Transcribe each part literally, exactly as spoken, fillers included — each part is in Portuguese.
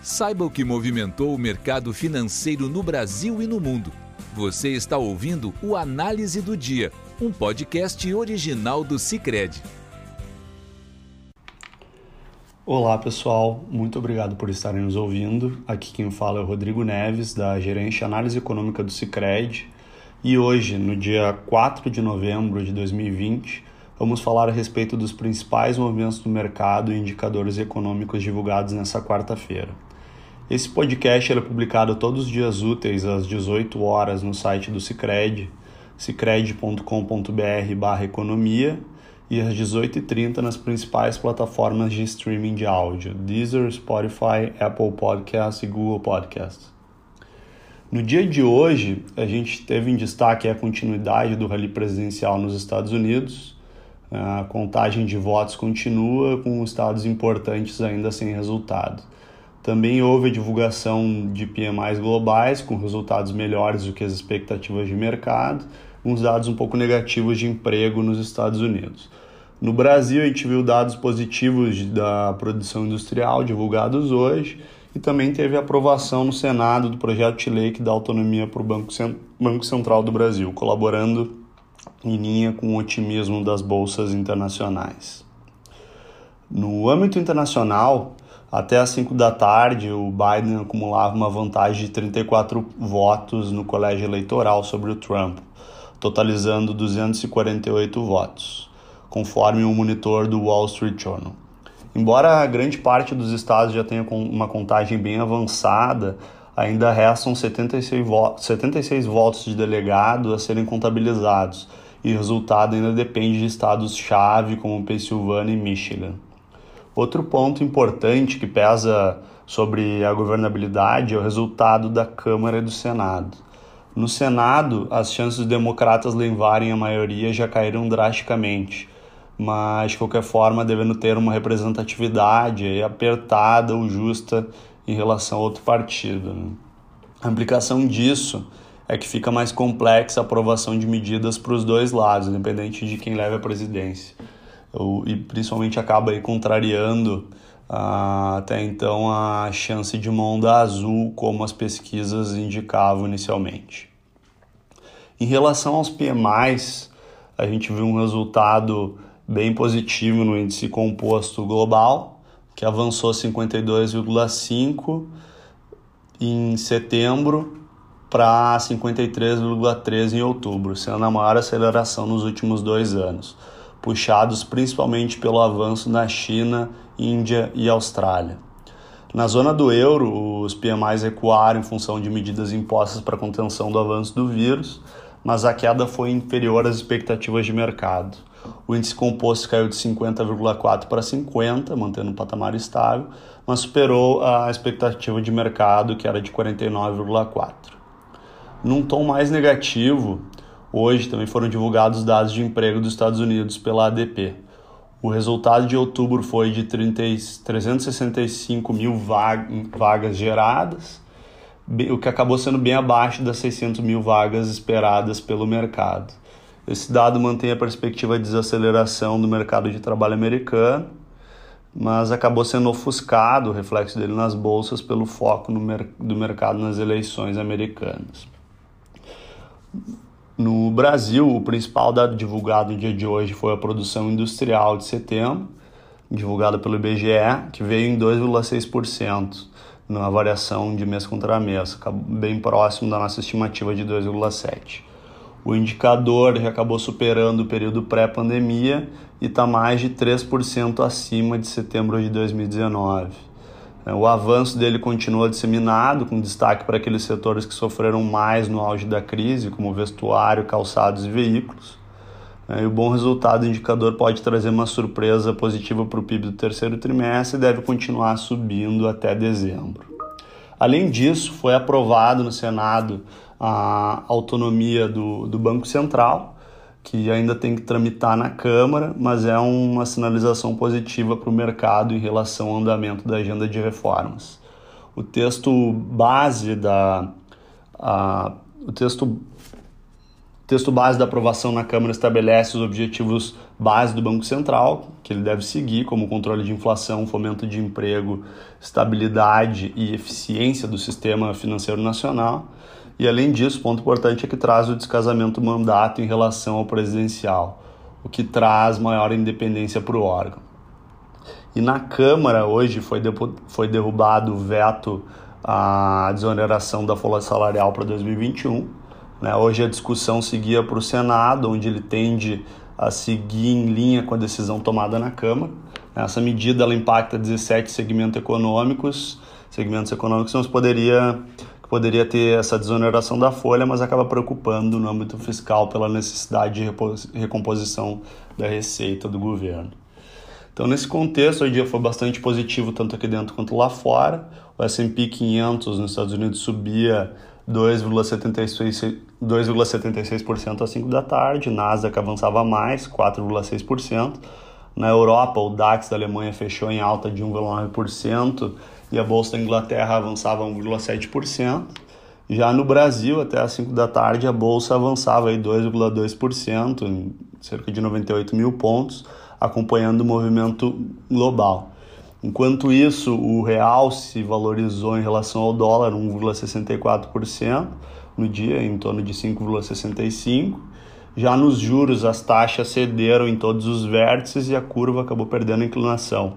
Saiba o que movimentou o mercado financeiro no Brasil e no mundo. Você está ouvindo o Análise do Dia, um podcast original do Sicredi. Olá pessoal, muito obrigado por estarem nos ouvindo. Aqui quem fala é o Rodrigo Neves, da Gerência Análise Econômica do Sicredi. E hoje, no dia quatro de novembro de dois mil e vinte, vamos falar a respeito dos principais movimentos do mercado e indicadores econômicos divulgados nessa quarta-feira. Esse podcast é publicado todos os dias úteis às dezoito horas no site do Sicredi, sicredi ponto com ponto br barra economia, e às dezoito e trinta nas principais plataformas de streaming de áudio, Deezer, Spotify, Apple Podcasts e Google Podcasts. No dia de hoje, a gente teve em destaque a continuidade do rally presidencial nos Estados Unidos. A contagem de votos continua, com estados importantes ainda sem resultado. Também houve a divulgação de P M Is globais, com resultados melhores do que as expectativas de mercado, uns dados um pouco negativos de emprego nos Estados Unidos. No Brasil, a gente viu dados positivos da produção industrial divulgados hoje e também teve a aprovação no Senado do projeto de lei que dá autonomia para o Banco, Banco Central do Brasil, colaborando em linha com o otimismo das bolsas internacionais. No âmbito internacional, até às cinco da tarde, o Biden acumulava uma vantagem de trinta e quatro votos no colégio eleitoral sobre o Trump, totalizando duzentos e quarenta e oito votos, conforme um monitor do Wall Street Journal. Embora a grande parte dos estados já tenha uma contagem bem avançada, ainda restam setenta e seis, vo- setenta e seis votos de delegado a serem contabilizados, e o resultado ainda depende de estados-chave como Pensilvânia e Michigan. Outro ponto importante que pesa sobre a governabilidade é o resultado da Câmara e do Senado. No Senado, as chances dos democratas levarem a maioria já caíram drasticamente, mas, de qualquer forma, devendo ter uma representatividade apertada ou justa em relação a outro partido. Né? A implicação disso é que fica mais complexa a aprovação de medidas para os dois lados, independente de quem leve a presidência. E principalmente acaba aí contrariando ah, até então a chance de uma onda azul, como as pesquisas indicavam inicialmente. Em relação aos P M Is, a gente viu um resultado bem positivo no índice composto global, que avançou cinquenta e dois vírgula cinco em setembro para cinquenta e três vírgula três em outubro, sendo a maior aceleração nos últimos dois anos, puxados principalmente pelo avanço na China, Índia e Austrália. Na zona do euro, os P M Is recuaram em função de medidas impostas para a contenção do avanço do vírus, mas a queda foi inferior às expectativas de mercado. O índice composto caiu de cinquenta vírgula quatro para cinquenta, mantendo um patamar estável, mas superou a expectativa de mercado, que era de quarenta e nove vírgula quatro. Num tom mais negativo, hoje também foram divulgados dados de emprego dos Estados Unidos pela A D P. O resultado de outubro foi de trezentos e sessenta e cinco mil vagas geradas, o que acabou sendo bem abaixo das seiscentas mil vagas esperadas pelo mercado. Esse dado mantém a perspectiva de desaceleração do mercado de trabalho americano, mas acabou sendo ofuscado o reflexo dele nas bolsas pelo foco no mer- do mercado nas eleições americanas. No Brasil, o principal dado divulgado no dia de hoje foi a produção industrial de setembro, divulgada pelo I B G E, que veio em dois vírgula seis por cento na variação de mês contra mês, bem próximo da nossa estimativa de dois vírgula sete por cento. O indicador já acabou superando o período pré-pandemia e está mais de três por cento acima de setembro de dois mil e dezenove. O avanço dele continua disseminado, com destaque para aqueles setores que sofreram mais no auge da crise, como vestuário, calçados e veículos. E o bom resultado do indicador pode trazer uma surpresa positiva para o P I B do terceiro trimestre e deve continuar subindo até dezembro. Além disso, foi aprovado no Senado a autonomia do, do Banco Central, que ainda tem que tramitar na Câmara, mas é uma sinalização positiva para o mercado em relação ao andamento da agenda de reformas. O texto base da... A, o texto O texto base da aprovação na Câmara estabelece os objetivos base do Banco Central, que ele deve seguir, como controle de inflação, fomento de emprego, estabilidade e eficiência do sistema financeiro nacional. E, além disso, ponto importante é que traz o descasamento do mandato em relação ao presidencial, o que traz maior independência para o órgão. E na Câmara, hoje, foi, de, foi derrubado o veto à desoneração da folha salarial para dois mil e vinte e um. Né? Hoje a discussão seguia para o Senado, onde ele tende a seguir em linha com a decisão tomada na Câmara. Essa medida ela impacta dezessete segmentos econômicos, segmentos econômicos não poderia, poderia ter essa desoneração da folha, mas acaba preocupando no âmbito fiscal pela necessidade de recomposição da receita do governo. Então, nesse contexto, o dia foi bastante positivo, tanto aqui dentro quanto lá fora. O S and P quinhentos nos Estados Unidos subia dois vírgula setenta e seis por cento às cinco da tarde, Nasdaq avançava mais, quatro vírgula seis por cento. Na Europa, o DAX da Alemanha fechou em alta de um vírgula nove por cento e a Bolsa da Inglaterra avançava um vírgula sete por cento. Já no Brasil, até às cinco da tarde, a Bolsa avançava aí dois vírgula dois por cento, em cerca de noventa e oito mil pontos, acompanhando o movimento global. Enquanto isso, o real se valorizou em relação ao dólar um vírgula sessenta e quatro por cento no dia, em torno de cinco vírgula sessenta e cinco por cento. Já nos juros, as taxas cederam em todos os vértices e a curva acabou perdendo inclinação.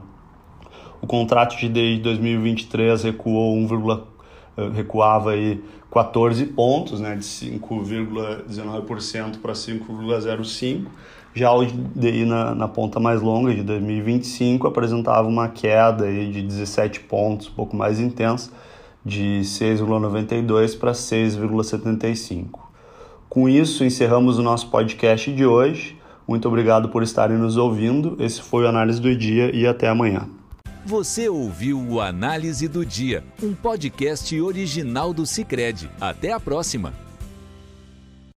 O contrato de D I de dois mil e vinte e três recuou um, recuava aí quatorze pontos, né, de cinco vírgula dezenove por cento para cinco vírgula zero cinco por cento. Já o D I na, na ponta mais longa, de dois mil e vinte e cinco, apresentava uma queda aí de dezessete pontos, um pouco mais intensa, de seis vírgula noventa e dois para seis vírgula setenta e cinco. Com isso, encerramos o nosso podcast de hoje. Muito obrigado por estarem nos ouvindo. Esse foi o Análise do Dia e até amanhã. Você ouviu o Análise do Dia, um podcast original do Sicredi. Até a próxima!